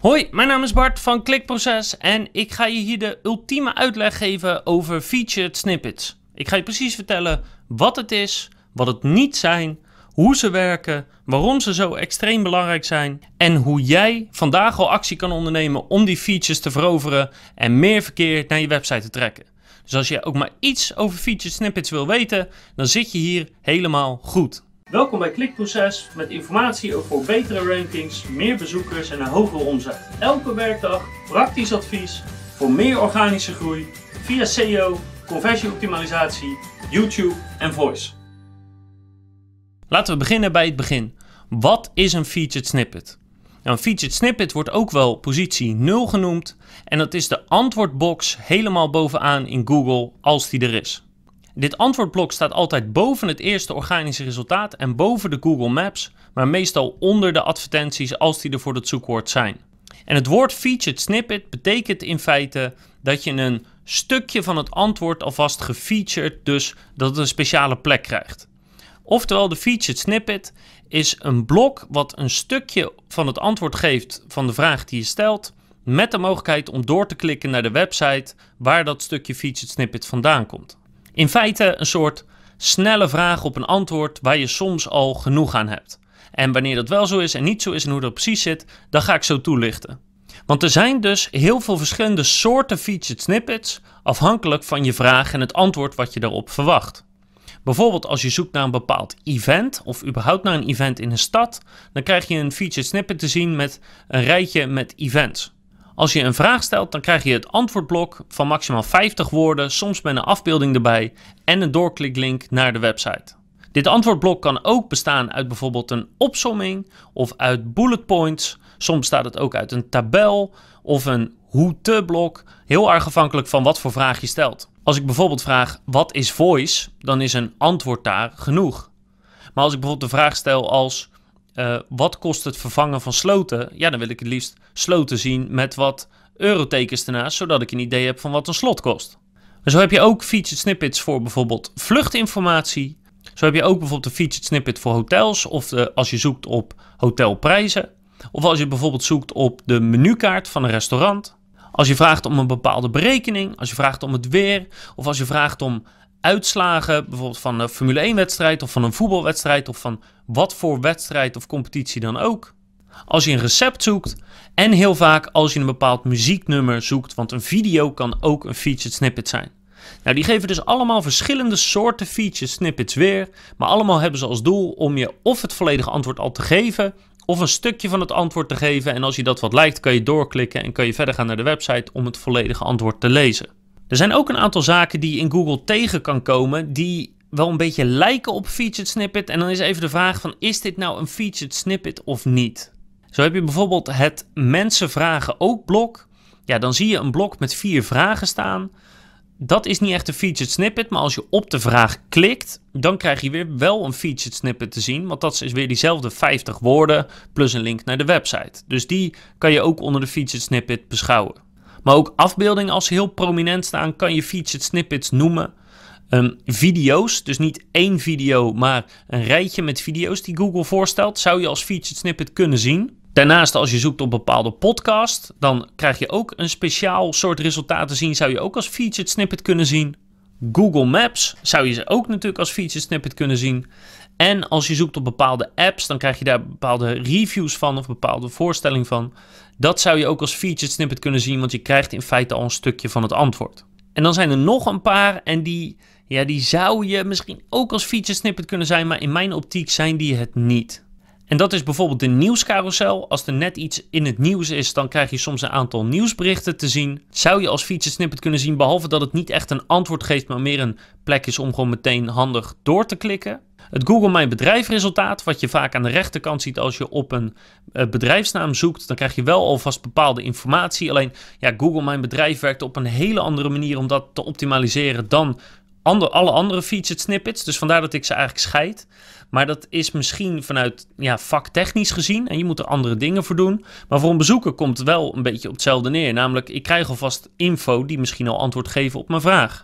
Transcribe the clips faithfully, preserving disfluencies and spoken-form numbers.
Hoi, mijn naam is Bart van Klikproces en ik ga je hier de ultieme uitleg geven over featured snippets. Ik ga je precies vertellen wat het is, wat het niet zijn, hoe ze werken, waarom ze zo extreem belangrijk zijn en hoe jij vandaag al actie kan ondernemen om die features te veroveren en meer verkeer naar je website te trekken. Dus als je ook maar iets over featured snippets wil weten, dan zit je hier helemaal goed. Welkom bij Klikproces met informatie over betere rankings, meer bezoekers en een hogere omzet. Elke werkdag praktisch advies voor meer organische groei via S E O, conversieoptimalisatie, YouTube en Voice. Laten we beginnen bij het begin. Wat is een featured snippet? Nou, een featured snippet wordt ook wel positie nul genoemd en dat is de antwoordbox helemaal bovenaan in Google als die er is. Dit antwoordblok staat altijd boven het eerste organische resultaat en boven de Google Maps, maar meestal onder de advertenties als die er voor het zoekwoord zijn. En het woord featured snippet betekent in feite dat je een stukje van het antwoord alvast gefeatured, dus dat het een speciale plek krijgt. Oftewel, de featured snippet is een blok wat een stukje van het antwoord geeft van de vraag die je stelt, met de mogelijkheid om door te klikken naar de website waar dat stukje featured snippet vandaan komt. In feite een soort snelle vraag op een antwoord waar je soms al genoeg aan hebt. En wanneer dat wel zo is en niet zo is en hoe dat precies zit, dan ga ik zo toelichten. Want er zijn dus heel veel verschillende soorten featured snippets afhankelijk van je vraag en het antwoord wat je daarop verwacht. Bijvoorbeeld als je zoekt naar een bepaald event of überhaupt naar een event in een stad, dan krijg je een featured snippet te zien met een rijtje met events. Als je een vraag stelt, dan krijg je het antwoordblok van maximaal vijftig woorden, soms met een afbeelding erbij en een doorkliklink naar de website. Dit antwoordblok kan ook bestaan uit bijvoorbeeld een opsomming of uit bullet points. Soms bestaat het ook uit een tabel of een hoe-te-blok, heel erg afhankelijk van wat voor vraag je stelt. Als ik bijvoorbeeld vraag wat is voice, dan is een antwoord daar genoeg. Maar als ik bijvoorbeeld de vraag stel als Uh, wat kost het vervangen van sloten? Ja, dan wil ik het liefst sloten zien met wat eurotekens ernaast, zodat ik een idee heb van wat een slot kost. Maar zo heb je ook featured snippets voor bijvoorbeeld vluchtinformatie. Zo heb je ook bijvoorbeeld een featured snippet voor hotels of de, als je zoekt op hotelprijzen. Of als je bijvoorbeeld zoekt op de menukaart van een restaurant. Als je vraagt om een bepaalde berekening, als je vraagt om het weer of als je vraagt om uitslagen, bijvoorbeeld van een Formule één wedstrijd of van een voetbalwedstrijd of van wat voor wedstrijd of competitie dan ook. Als je een recept zoekt en heel vaak als je een bepaald muzieknummer zoekt, want een video kan ook een featured snippet zijn. Nou, die geven dus allemaal verschillende soorten featured snippets weer, maar allemaal hebben ze als doel om je of het volledige antwoord al te geven of een stukje van het antwoord te geven en als je dat wat lijkt kan je doorklikken en kan je verder gaan naar de website om het volledige antwoord te lezen. Er zijn ook een aantal zaken die je in Google tegen kan komen die wel een beetje lijken op featured snippet. En dan is even de vraag van, is dit nou een featured snippet of niet? Zo heb je bijvoorbeeld het mensen vragen ook blok. Ja, dan zie je een blok met vier vragen staan. Dat is niet echt een featured snippet, maar als je op de vraag klikt, dan krijg je weer wel een featured snippet te zien. Want dat is weer diezelfde vijftig woorden plus een link naar de website. Dus die kan je ook onder de featured snippet beschouwen. Maar ook afbeeldingen als ze heel prominent staan, kan je featured snippets noemen. Um, video's, dus niet één video, maar een rijtje met video's die Google voorstelt, zou je als featured snippet kunnen zien. Daarnaast, als je zoekt op bepaalde podcast, dan krijg je ook een speciaal soort resultaat te zien, zou je ook als featured snippet kunnen zien. Google Maps zou je ze ook natuurlijk als featured snippet kunnen zien. En als je zoekt op bepaalde apps, dan krijg je daar bepaalde reviews van of bepaalde voorstelling van. Dat zou je ook als featured snippet kunnen zien, want je krijgt in feite al een stukje van het antwoord. En dan zijn er nog een paar en die, ja, die zou je misschien ook als featured snippet kunnen zijn, maar in mijn optiek zijn die het niet. En dat is bijvoorbeeld de nieuwscarousel. Als er net iets in het nieuws is, dan krijg je soms een aantal nieuwsberichten te zien. Zou je als featured snippet kunnen zien, behalve dat het niet echt een antwoord geeft, maar meer een plek is om gewoon meteen handig door te klikken. Het Google Mijn Bedrijf resultaat, wat je vaak aan de rechterkant ziet als je op een uh, bedrijfsnaam zoekt, dan krijg je wel alvast bepaalde informatie. Alleen ja, Google Mijn Bedrijf werkt op een hele andere manier om dat te optimaliseren dan ander, alle andere featured snippets. Dus vandaar dat ik ze eigenlijk scheid. Maar dat is misschien vanuit ja, vaktechnisch gezien en je moet er andere dingen voor doen. Maar voor een bezoeker komt het wel een beetje op hetzelfde neer. Namelijk, ik krijg alvast info die misschien al antwoord geven op mijn vraag.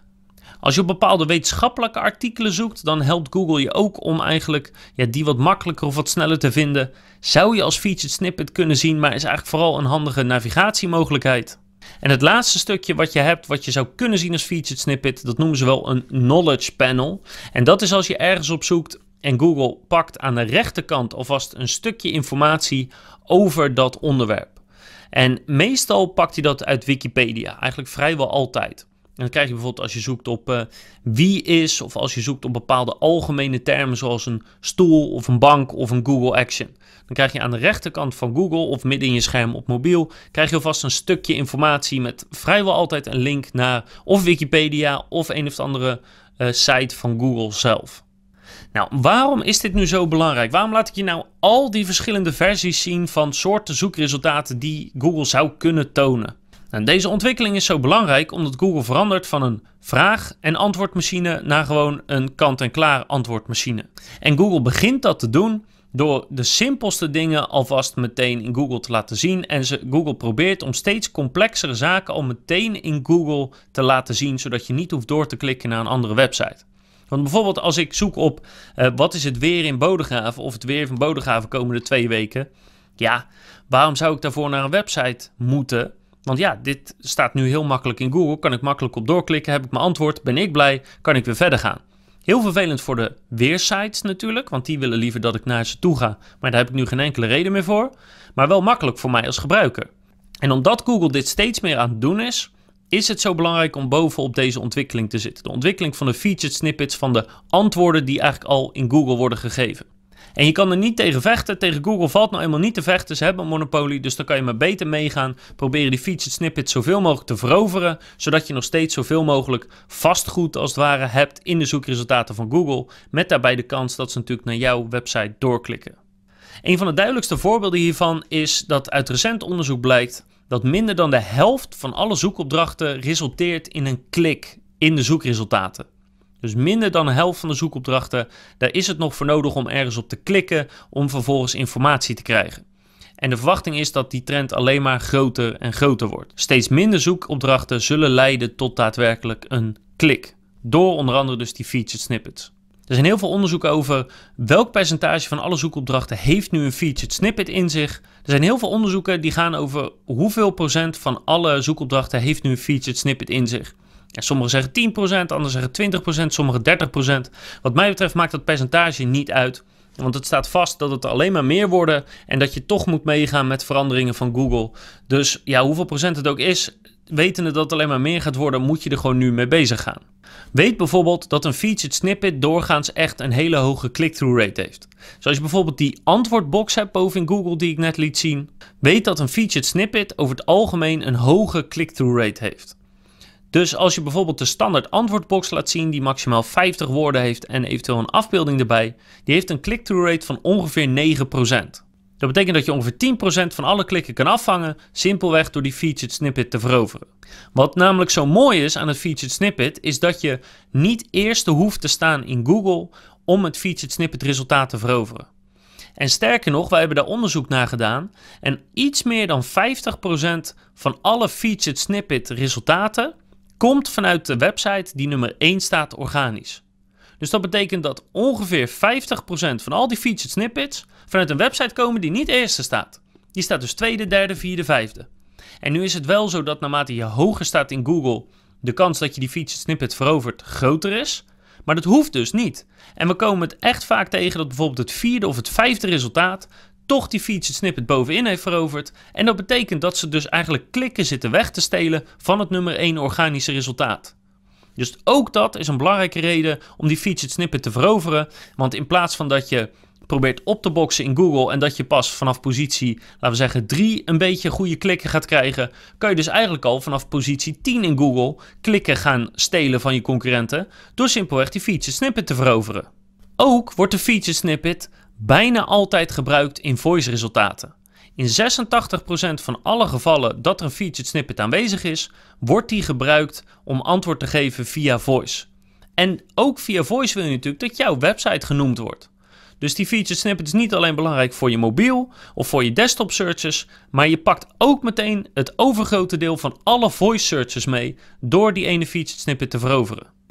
Als je op bepaalde wetenschappelijke artikelen zoekt, dan helpt Google je ook om eigenlijk ja, die wat makkelijker of wat sneller te vinden. Zou je als featured snippet kunnen zien, maar is eigenlijk vooral een handige navigatiemogelijkheid. En het laatste stukje wat je hebt, wat je zou kunnen zien als featured snippet, dat noemen ze wel een knowledge panel. En dat is als je ergens op zoekt en Google pakt aan de rechterkant alvast een stukje informatie over dat onderwerp. En meestal pakt hij dat uit Wikipedia, eigenlijk vrijwel altijd. En dan krijg je bijvoorbeeld als je zoekt op uh, wie is, of als je zoekt op bepaalde algemene termen zoals een stoel of een bank of een Google Action. Dan krijg je aan de rechterkant van Google of midden in je scherm op mobiel, krijg je alvast een stukje informatie met vrijwel altijd een link naar of Wikipedia of een of andere uh, site van Google zelf. Nou, waarom is dit nu zo belangrijk? Waarom laat ik je nou al die verschillende versies zien van soorten zoekresultaten die Google zou kunnen tonen? Nou, deze ontwikkeling is zo belangrijk omdat Google verandert van een vraag- en antwoordmachine naar gewoon een kant-en-klaar antwoordmachine. En Google begint dat te doen door de simpelste dingen alvast meteen in Google te laten zien. En ze, Google probeert om steeds complexere zaken al meteen in Google te laten zien, zodat je niet hoeft door te klikken naar een andere website. Want bijvoorbeeld als ik zoek op uh, wat is het weer in Bodegraven of het weer van Bodegraven komende twee weken. Ja, waarom zou ik daarvoor naar een website moeten? Want ja, dit staat nu heel makkelijk in Google. Kan ik makkelijk op doorklikken, heb ik mijn antwoord, ben ik blij, kan ik weer verder gaan. Heel vervelend voor de weersites natuurlijk, want die willen liever dat ik naar ze toe ga. Maar daar heb ik nu geen enkele reden meer voor. Maar wel makkelijk voor mij als gebruiker. En omdat Google dit steeds meer aan het doen is, is het zo belangrijk om bovenop deze ontwikkeling te zitten. De ontwikkeling van de featured snippets van de antwoorden die eigenlijk al in Google worden gegeven. En je kan er niet tegen vechten. Tegen Google valt nou eenmaal niet te vechten. Ze hebben een monopolie, dus dan kan je maar beter meegaan. Proberen die featured snippets zoveel mogelijk te veroveren, zodat je nog steeds zoveel mogelijk vastgoed als het ware hebt in de zoekresultaten van Google. Met daarbij de kans dat ze natuurlijk naar jouw website doorklikken. Een van de duidelijkste voorbeelden hiervan is dat uit recent onderzoek blijkt dat minder dan de helft van alle zoekopdrachten resulteert in een klik in de zoekresultaten. Dus minder dan de helft van de zoekopdrachten, daar is het nog voor nodig om ergens op te klikken om vervolgens informatie te krijgen. En de verwachting is dat die trend alleen maar groter en groter wordt. Steeds minder zoekopdrachten zullen leiden tot daadwerkelijk een klik. Door onder andere dus die featured snippets. Er zijn heel veel onderzoeken over welk percentage van alle zoekopdrachten heeft nu een featured snippet in zich. Er zijn heel veel onderzoeken die gaan over hoeveel procent van alle zoekopdrachten heeft nu een featured snippet in zich. Ja, sommigen zeggen tien procent, anderen zeggen twintig procent, sommigen dertig procent. Wat mij betreft maakt dat percentage niet uit. Want het staat vast dat het alleen maar meer worden en dat je toch moet meegaan met veranderingen van Google. Dus ja, hoeveel procent het ook is, wetende dat het alleen maar meer gaat worden, moet je er gewoon nu mee bezig gaan. Weet bijvoorbeeld dat een featured snippet doorgaans echt een hele hoge click-through rate heeft. Zoals je bijvoorbeeld die antwoordbox hebt boven in Google die ik net liet zien. Weet dat een featured snippet over het algemeen een hoge click-through rate heeft. Dus als je bijvoorbeeld de standaard antwoordbox laat zien die maximaal vijftig woorden heeft en eventueel een afbeelding erbij, die heeft een click-through rate van ongeveer negen procent. Dat betekent dat je ongeveer tien procent van alle klikken kan afvangen, simpelweg door die featured snippet te veroveren. Wat namelijk zo mooi is aan het featured snippet, is dat je niet eerst hoeft te staan in Google om het featured snippet resultaat te veroveren. En sterker nog, wij hebben daar onderzoek naar gedaan en iets meer dan vijftig procent van alle featured snippet resultaten komt vanuit de website die nummer één staat organisch. Dus dat betekent dat ongeveer vijftig procent van al die featured snippets vanuit een website komen die niet eerste staat. Die staat dus tweede, derde, vierde, vijfde. En nu is het wel zo dat naarmate je hoger staat in Google, de kans dat je die featured snippet verovert groter is. Maar dat hoeft dus niet. En we komen het echt vaak tegen dat bijvoorbeeld het vierde of het vijfde resultaat toch die featured snippet bovenin heeft veroverd. En dat betekent dat ze dus eigenlijk klikken zitten weg te stelen van het nummer één organische resultaat. Dus ook dat is een belangrijke reden om die featured snippet te veroveren. Want in plaats van dat je probeert op te boksen in Google en dat je pas vanaf positie, laten we zeggen drie, een beetje goede klikken gaat krijgen, kan je dus eigenlijk al vanaf positie tien in Google klikken gaan stelen van je concurrenten door simpelweg die featured snippet te veroveren. Ook wordt de featured snippet bijna altijd gebruikt in voice resultaten. In zesentachtig procent van alle gevallen dat er een featured snippet aanwezig is, wordt die gebruikt om antwoord te geven via voice. En ook via voice wil je natuurlijk dat jouw website genoemd wordt. Dus die featured snippet is niet alleen belangrijk voor je mobiel of voor je desktop searches, maar je pakt ook meteen het overgrote deel van alle voice searches mee door die ene featured snippet te veroveren.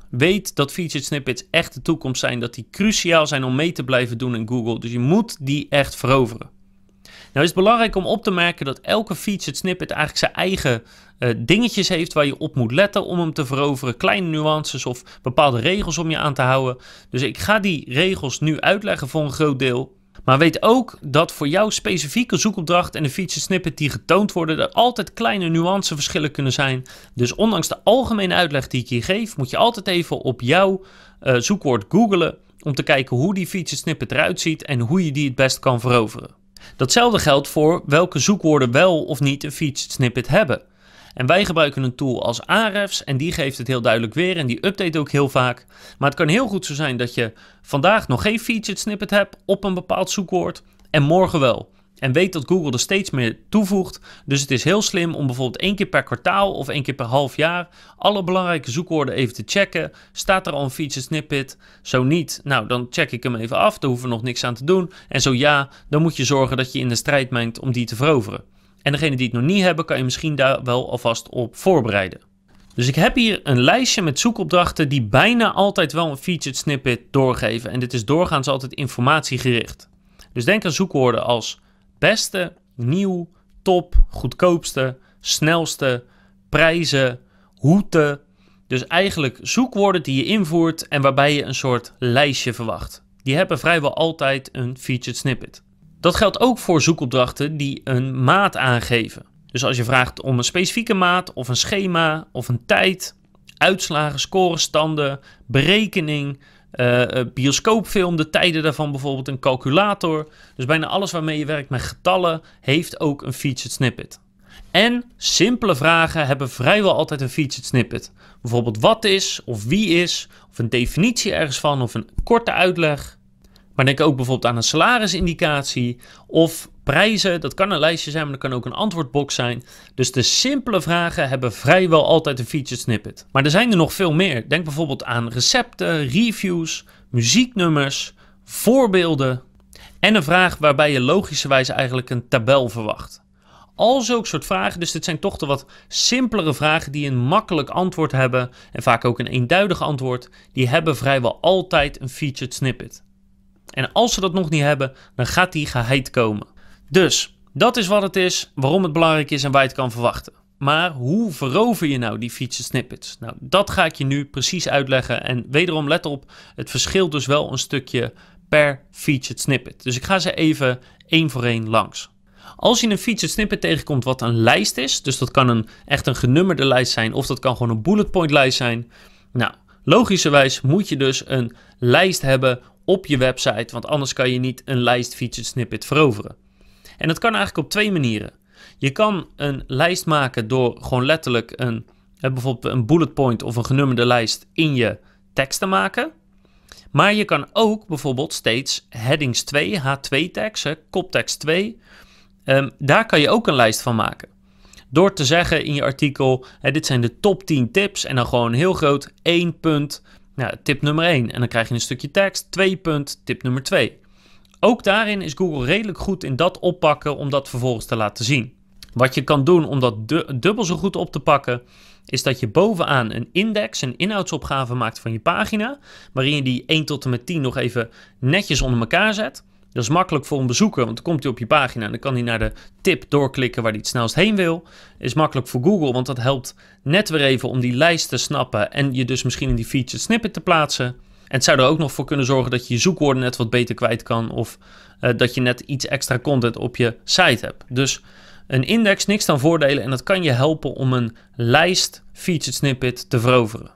Weet dat featured snippets echt de toekomst zijn, dat die cruciaal zijn om mee te blijven doen in Google. Dus je moet die echt veroveren. Nou is het belangrijk om op te merken dat elke featured snippet eigenlijk zijn eigen uh, dingetjes heeft waar je op moet letten om hem te veroveren. Kleine nuances of bepaalde regels om je aan te houden. Dus ik ga die regels nu uitleggen voor een groot deel. Maar weet ook dat voor jouw specifieke zoekopdracht en de featured snippet die getoond worden, er altijd kleine nuanceverschillen kunnen zijn. Dus ondanks de algemene uitleg die ik hier geef, moet je altijd even op jouw uh, zoekwoord googlen om te kijken hoe die featured snippet eruit ziet en hoe je die het best kan veroveren. Datzelfde geldt voor welke zoekwoorden wel of niet een featured snippet hebben. En wij gebruiken een tool als Ahrefs en die geeft het heel duidelijk weer en die update ook heel vaak. Maar het kan heel goed zo zijn dat je vandaag nog geen featured snippet hebt op een bepaald zoekwoord en morgen wel. En weet dat Google er steeds meer toevoegt. Dus het is heel slim om bijvoorbeeld één keer per kwartaal of één keer per half jaar alle belangrijke zoekwoorden even te checken. Staat er al een featured snippet? Zo niet, nou dan check ik hem even af, daar hoeven we nog niks aan te doen. En zo ja, dan moet je zorgen dat je in de strijd mengt om die te veroveren. En degene die het nog niet hebben, kan je misschien daar wel alvast op voorbereiden. Dus ik heb hier een lijstje met zoekopdrachten die bijna altijd wel een featured snippet doorgeven. En dit is doorgaans altijd informatiegericht. Dus denk aan zoekwoorden als beste, nieuw, top, goedkoopste, snelste, prijzen, hoete. Dus eigenlijk zoekwoorden die je invoert en waarbij je een soort lijstje verwacht. Die hebben vrijwel altijd een featured snippet. Dat geldt ook voor zoekopdrachten die een maat aangeven. Dus als je vraagt om een specifieke maat of een schema of een tijd, uitslagen, scorestanden, berekening, uh, bioscoopfilm, de tijden daarvan bijvoorbeeld, een calculator. Dus bijna alles waarmee je werkt met getallen heeft ook een featured snippet. En simpele vragen hebben vrijwel altijd een featured snippet. Bijvoorbeeld wat is of wie is of een definitie ergens van of een korte uitleg. Maar denk ook bijvoorbeeld aan een salarisindicatie of prijzen. Dat kan een lijstje zijn, maar dat kan ook een antwoordbox zijn. Dus de simpele vragen hebben vrijwel altijd een featured snippet. Maar er zijn er nog veel meer. Denk bijvoorbeeld aan recepten, reviews, muzieknummers, voorbeelden en een vraag waarbij je logischerwijs eigenlijk een tabel verwacht. Al zulke soort vragen, dus dit zijn toch de wat simpelere vragen die een makkelijk antwoord hebben en vaak ook een eenduidig antwoord, die hebben vrijwel altijd een featured snippet. En als ze dat nog niet hebben, dan gaat die geheid komen. Dus, dat is wat het is, waarom het belangrijk is en waar je het kan verwachten. Maar hoe verover je nou die featured snippets? Nou, dat ga ik je nu precies uitleggen. En wederom let op, het verschilt dus wel een stukje per featured snippet. Dus ik ga ze even één voor één langs. Als je een featured snippet tegenkomt wat een lijst is, dus dat kan een, echt een genummerde lijst zijn of dat kan gewoon een bullet point lijst zijn. Nou, logischerwijs moet je dus een lijst hebben op je website, want anders kan je niet een lijst featured snippet veroveren. En dat kan eigenlijk op twee manieren. Je kan een lijst maken door gewoon letterlijk een, bijvoorbeeld een bullet point of een genummerde lijst in je tekst te maken. Maar je kan ook bijvoorbeeld steeds headings twee, H twee tags, hè, koptekst twee, um, daar kan je ook een lijst van maken. Door te zeggen in je artikel, hè, dit zijn de top tien tips en dan gewoon heel groot één punt, nou, tip nummer één. En dan krijg je een stukje tekst, twee punt, tip nummer twee. Ook daarin is Google redelijk goed in dat oppakken om dat vervolgens te laten zien. Wat je kan doen om dat du- dubbel zo goed op te pakken, is dat je bovenaan een index, een inhoudsopgave maakt van je pagina, waarin je die één tot en met tien nog even netjes onder elkaar zet. Dat is makkelijk voor een bezoeker, want dan komt hij op je pagina en dan kan hij naar de tip doorklikken waar hij het snelst heen wil. Is makkelijk voor Google, want dat helpt net weer even om die lijst te snappen en je dus misschien in die featured snippet te plaatsen. En het zou er ook nog voor kunnen zorgen dat je je zoekwoorden net wat beter kwijt kan of uh, dat je net iets extra content op je site hebt. Dus een index, niks dan voordelen en dat kan je helpen om een lijst featured snippet te veroveren.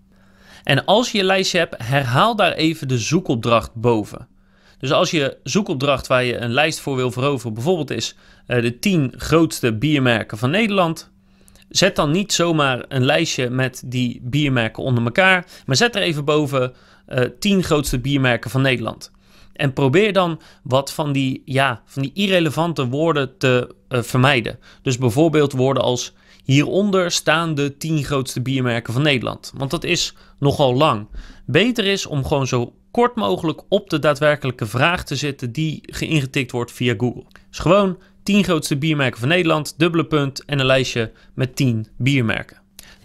En als je je lijstje hebt, herhaal daar even de zoekopdracht boven. Dus als je zoekopdracht waar je een lijst voor wil veroveren bijvoorbeeld is uh, de tien grootste biermerken van Nederland, zet dan niet zomaar een lijstje met die biermerken onder elkaar, maar zet er even boven uh, tien grootste biermerken van Nederland. En probeer dan wat van die, ja, van die irrelevante woorden te uh, vermijden. Dus bijvoorbeeld woorden als hieronder staan de tien grootste biermerken van Nederland. Want dat is nogal lang. Beter is om gewoon zo kort mogelijk op de daadwerkelijke vraag te zitten die geïngetikt wordt via Google. Dus gewoon tien grootste biermerken van Nederland, dubbele punt en een lijstje met tien biermerken.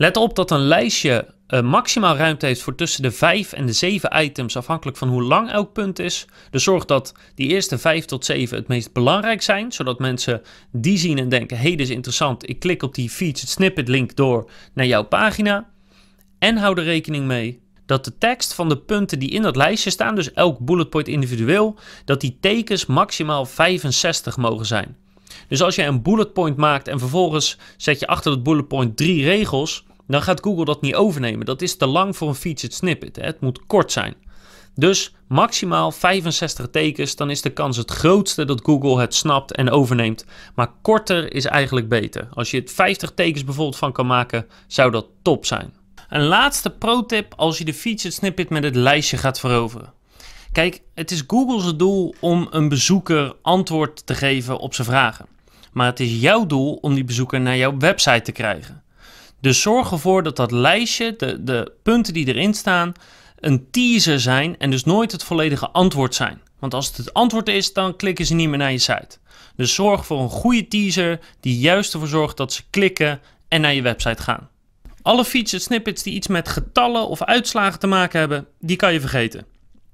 Let op dat een lijstje uh, maximaal ruimte heeft voor tussen de vijf en de zeven items, afhankelijk van hoe lang elk punt is. Dus zorg dat die eerste vijf tot zeven het meest belangrijk zijn, zodat mensen die zien en denken, hey, dit is interessant, ik klik op die featured snippet link door naar jouw pagina. En hou er rekening mee dat de tekst van de punten die in dat lijstje staan, dus elk bullet point individueel, dat die tekens maximaal vijfenzestig mogen zijn. Dus als je een bullet point maakt en vervolgens zet je achter dat bullet point drie regels, dan gaat Google dat niet overnemen. Dat is te lang voor een featured snippet. Hè? Het moet kort zijn. Dus maximaal vijfenzestig tekens, dan is de kans het grootste dat Google het snapt en overneemt. Maar korter is eigenlijk beter. Als je het vijftig tekens bijvoorbeeld van kan maken, zou dat top zijn. Een laatste pro-tip als je de featured snippet met het lijstje gaat veroveren. Kijk, het is Google's doel om een bezoeker antwoord te geven op zijn vragen. Maar het is jouw doel om die bezoeker naar jouw website te krijgen. Dus zorg ervoor dat dat lijstje, de, de punten die erin staan, een teaser zijn en dus nooit het volledige antwoord zijn. Want als het het antwoord is, dan klikken ze niet meer naar je site. Dus zorg voor een goede teaser die juist ervoor zorgt dat ze klikken en naar je website gaan. Alle featured snippets die iets met getallen of uitslagen te maken hebben, die kan je vergeten.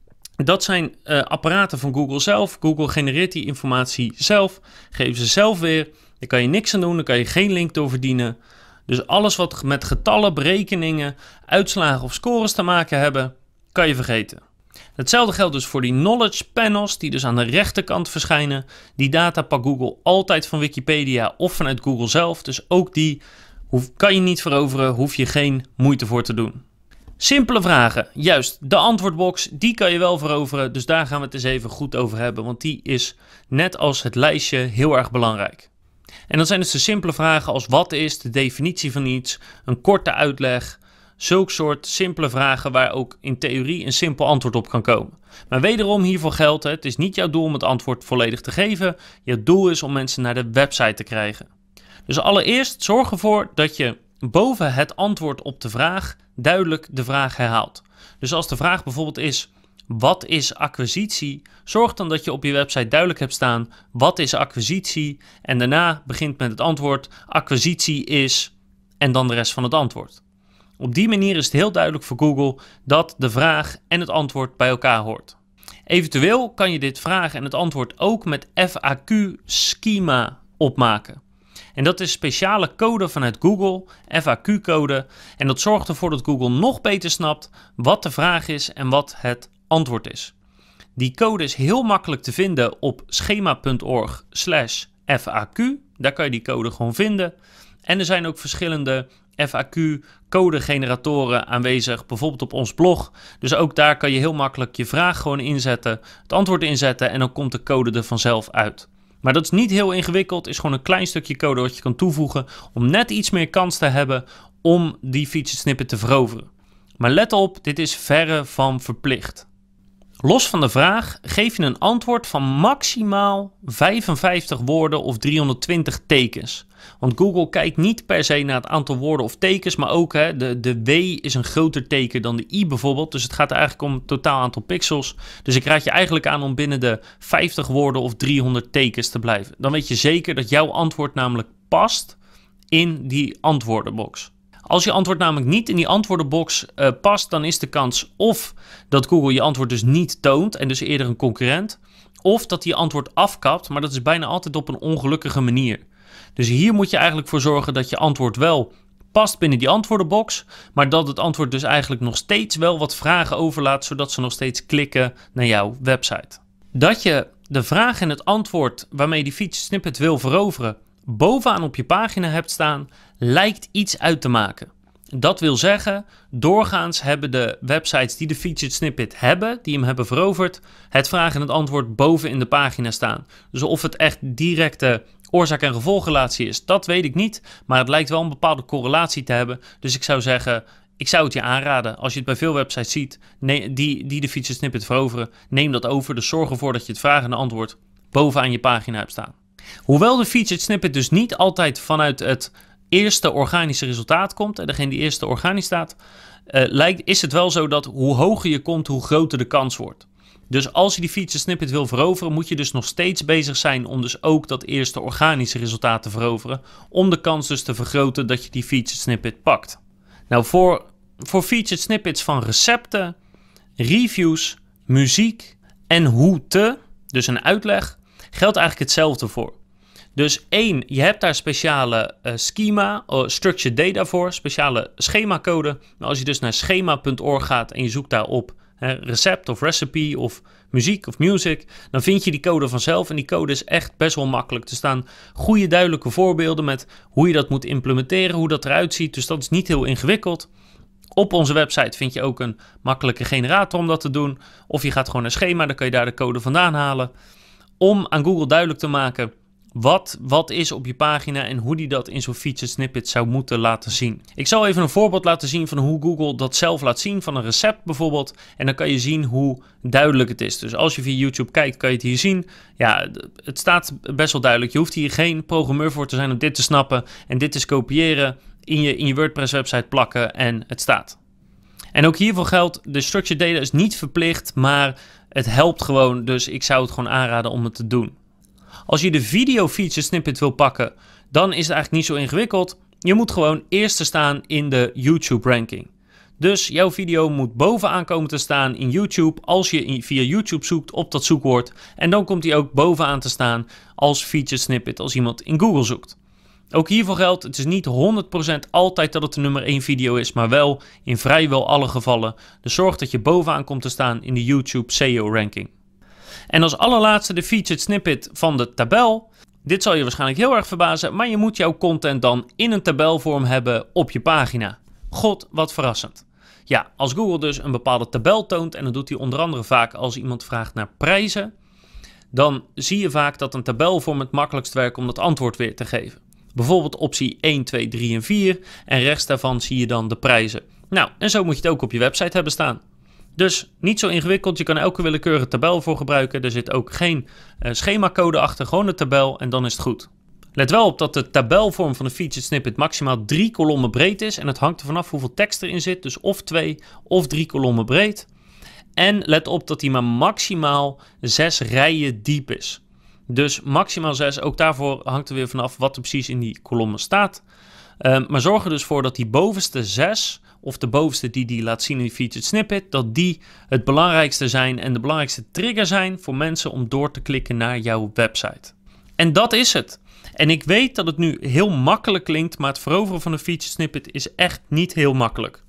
Dat zijn uh, apparaten van Google zelf. Google genereert die informatie zelf, geven ze zelf weer. Daar kan je niks aan doen, daar kan je geen link door verdienen. Dus alles wat met getallen, berekeningen, uitslagen of scores te maken hebben, kan je vergeten. Hetzelfde geldt dus voor die knowledge panels die dus aan de rechterkant verschijnen. Die data pakt Google altijd van Wikipedia of vanuit Google zelf. Dus ook die hoef, kan je niet veroveren, hoef je geen moeite voor te doen. Simpele vragen, juist, de antwoordbox, die kan je wel veroveren. Dus daar gaan we het eens even goed over hebben, want die is net als het lijstje heel erg belangrijk. En dan zijn het de simpele vragen als wat is de definitie van iets, een korte uitleg, zulk soort simpele vragen waar ook in theorie een simpel antwoord op kan komen. Maar wederom hiervoor geldt, het is niet jouw doel om het antwoord volledig te geven, je doel is om mensen naar de website te krijgen. Dus allereerst zorg ervoor dat je boven het antwoord op de vraag duidelijk de vraag herhaalt. Dus als de vraag bijvoorbeeld is, wat is acquisitie? Zorg dan dat je op je website duidelijk hebt staan, wat is acquisitie? En daarna begint met het antwoord, acquisitie is, en dan de rest van het antwoord. Op die manier is het heel duidelijk voor Google dat de vraag en het antwoord bij elkaar hoort. Eventueel kan je dit vraag en het antwoord ook met F A Q-schema opmaken. En dat is speciale code vanuit Google, F A Q-code. En dat zorgt ervoor dat Google nog beter snapt wat de vraag is en wat het antwoord is. Die code is heel makkelijk te vinden op schema punt org slash F A Q. Daar kan je die code gewoon vinden. En er zijn ook verschillende F A Q-codegeneratoren aanwezig, bijvoorbeeld op ons blog. Dus ook daar kan je heel makkelijk je vraag gewoon inzetten, het antwoord inzetten en dan komt de code er vanzelf uit. Maar dat is niet heel ingewikkeld, het is gewoon een klein stukje code wat je kan toevoegen om net iets meer kans te hebben om die featured snippet te veroveren. Maar let op, dit is verre van verplicht. Los van de vraag geef je een antwoord van maximaal vijfenvijftig woorden of driehonderdtwintig tekens. Want Google kijkt niet per se naar het aantal woorden of tekens, maar ook hè, de, de W is een groter teken dan de I bijvoorbeeld. Dus het gaat eigenlijk om het totaal aantal pixels. Dus ik raad je eigenlijk aan om binnen de vijftig woorden of driehonderd tekens te blijven. Dan weet je zeker dat jouw antwoord namelijk past in die antwoordenbox. Als je antwoord namelijk niet in die antwoordenbox uh, past, dan is de kans of dat Google je antwoord dus niet toont en dus eerder een concurrent, of dat hij je antwoord afkapt, maar dat is bijna altijd op een ongelukkige manier. Dus hier moet je eigenlijk voor zorgen dat je antwoord wel past binnen die antwoordenbox, maar dat het antwoord dus eigenlijk nog steeds wel wat vragen overlaat, zodat ze nog steeds klikken naar jouw website. Dat je de vraag en het antwoord waarmee je die featured snippet wil veroveren bovenaan op je pagina hebt staan, lijkt iets uit te maken. Dat wil zeggen, doorgaans hebben de websites die de featured snippet hebben, die hem hebben veroverd, het vraag en het antwoord boven in de pagina staan. Dus of het echt directe oorzaak- en gevolgrelatie is, dat weet ik niet, maar het lijkt wel een bepaalde correlatie te hebben. Dus ik zou zeggen, ik zou het je aanraden, als je het bij veel websites ziet, nee, die, die de featured snippet veroveren, neem dat over. Dus zorg ervoor dat je het vraag en antwoord bovenaan je pagina hebt staan. Hoewel de featured snippet dus niet altijd vanuit het eerste organische resultaat komt, en degene die eerste organisch staat, uh, lijkt, is het wel zo dat hoe hoger je komt, hoe groter de kans wordt. Dus als je die featured snippet wil veroveren, moet je dus nog steeds bezig zijn om dus ook dat eerste organische resultaat te veroveren, om de kans dus te vergroten dat je die featured snippet pakt. Nou, voor, voor featured snippets van recepten, reviews, muziek en hoe te, dus een uitleg, geldt eigenlijk hetzelfde voor. Dus één, je hebt daar speciale uh, schema, uh, structured data voor, speciale schemacode. Nou, als je dus naar schema punt org gaat en je zoekt daarop hè, recept of recipe of muziek of music, dan vind je die code vanzelf. En die code is echt best wel makkelijk. Er staan goede duidelijke voorbeelden met hoe je dat moet implementeren, hoe dat eruit ziet. Dus dat is niet heel ingewikkeld. Op onze website vind je ook een makkelijke generator om dat te doen. Of je gaat gewoon naar schema, dan kan je daar de code vandaan halen. Om aan Google duidelijk te maken wat, wat is op je pagina en hoe die dat in zo'n featured snippet zou moeten laten zien. Ik zal even een voorbeeld laten zien van hoe Google dat zelf laat zien, van een recept bijvoorbeeld. En dan kan je zien hoe duidelijk het is. Dus als je via YouTube kijkt, kan je het hier zien. Ja, het staat best wel duidelijk. Je hoeft hier geen programmeur voor te zijn om dit te snappen en dit te kopiëren, in je, in je WordPress website plakken en het staat. En ook hiervoor geldt, de structured data is niet verplicht, maar het helpt gewoon. Dus ik zou het gewoon aanraden om het te doen. Als je de video feature snippet wil pakken, dan is het eigenlijk niet zo ingewikkeld. Je moet gewoon eerst te staan in de YouTube ranking. Dus jouw video moet bovenaan komen te staan in YouTube als je via YouTube zoekt op dat zoekwoord. En dan komt hij ook bovenaan te staan als feature snippet als iemand in Google zoekt. Ook hiervoor geldt, het is niet honderd procent altijd dat het de nummer één video is, maar wel in vrijwel alle gevallen. Dus zorg dat je bovenaan komt te staan in de YouTube S E O ranking. En als allerlaatste de featured snippet van de tabel. Dit zal je waarschijnlijk heel erg verbazen, maar je moet jouw content dan in een tabelvorm hebben op je pagina. God, wat verrassend. Ja, als Google dus een bepaalde tabel toont, en dat doet hij onder andere vaak als iemand vraagt naar prijzen, dan zie je vaak dat een tabelvorm het makkelijkst werkt om dat antwoord weer te geven. Bijvoorbeeld optie één, twee, drie en vier en rechts daarvan zie je dan de prijzen. Nou, en zo moet je het ook op je website hebben staan. Dus niet zo ingewikkeld, je kan elke willekeurige tabel voor gebruiken. Er zit ook geen uh, schemacode achter, gewoon een tabel en dan is het goed. Let wel op dat de tabelvorm van de featured snippet maximaal drie kolommen breed is. En het hangt er vanaf hoeveel tekst erin zit, dus of twee of drie kolommen breed. En let op dat die maar maximaal zes rijen diep is. Dus maximaal zes, ook daarvoor hangt er weer vanaf wat er precies in die kolommen staat. Uh, maar zorg er dus voor dat die bovenste zes, of de bovenste die die laat zien in die featured snippet, dat die het belangrijkste zijn en de belangrijkste trigger zijn voor mensen om door te klikken naar jouw website. En dat is het. En ik weet dat het nu heel makkelijk klinkt, maar het veroveren van een featured snippet is echt niet heel makkelijk.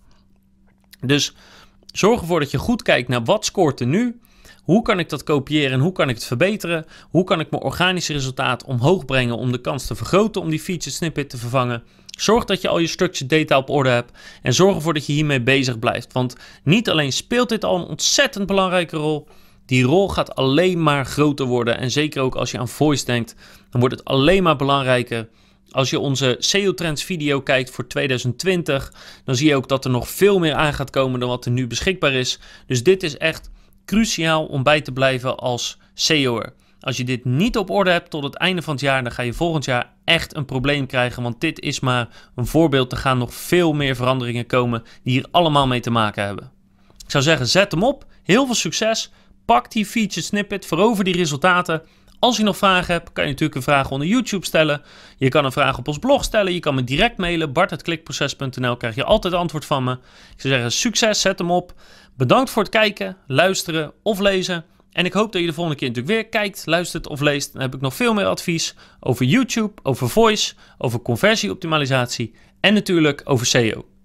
Dus zorg ervoor dat je goed kijkt naar wat scoort er nu. Hoe kan ik dat kopiëren en hoe kan ik het verbeteren? Hoe kan ik mijn organische resultaat omhoog brengen om de kans te vergroten om die featured snippet te vervangen? Zorg dat je al je structured data op orde hebt en zorg ervoor dat je hiermee bezig blijft. Want niet alleen speelt dit al een ontzettend belangrijke rol, die rol gaat alleen maar groter worden. En zeker ook als je aan voice denkt, dan wordt het alleen maar belangrijker. Als je onze S E O Trends video kijkt voor tweeduizend twintig, dan zie je ook dat er nog veel meer aan gaat komen dan wat er nu beschikbaar is. Dus dit is echt cruciaal om bij te blijven als S E O'er. Als je dit niet op orde hebt tot het einde van het jaar, dan ga je volgend jaar echt een probleem krijgen. Want dit is maar een voorbeeld. Er gaan nog veel meer veranderingen komen die hier allemaal mee te maken hebben. Ik zou zeggen, zet hem op. Heel veel succes. Pak die featured snippet, verover die resultaten. Als je nog vragen hebt, kan je natuurlijk een vraag onder YouTube stellen. Je kan een vraag op ons blog stellen. Je kan me direct mailen. bart at klikproces punt n l, krijg je altijd antwoord van me. Ik zou zeggen, succes, zet hem op. Bedankt voor het kijken, luisteren of lezen. En ik hoop dat je de volgende keer natuurlijk weer kijkt, luistert of leest. Dan heb ik nog veel meer advies over YouTube, over voice, over conversieoptimalisatie en natuurlijk over S E O.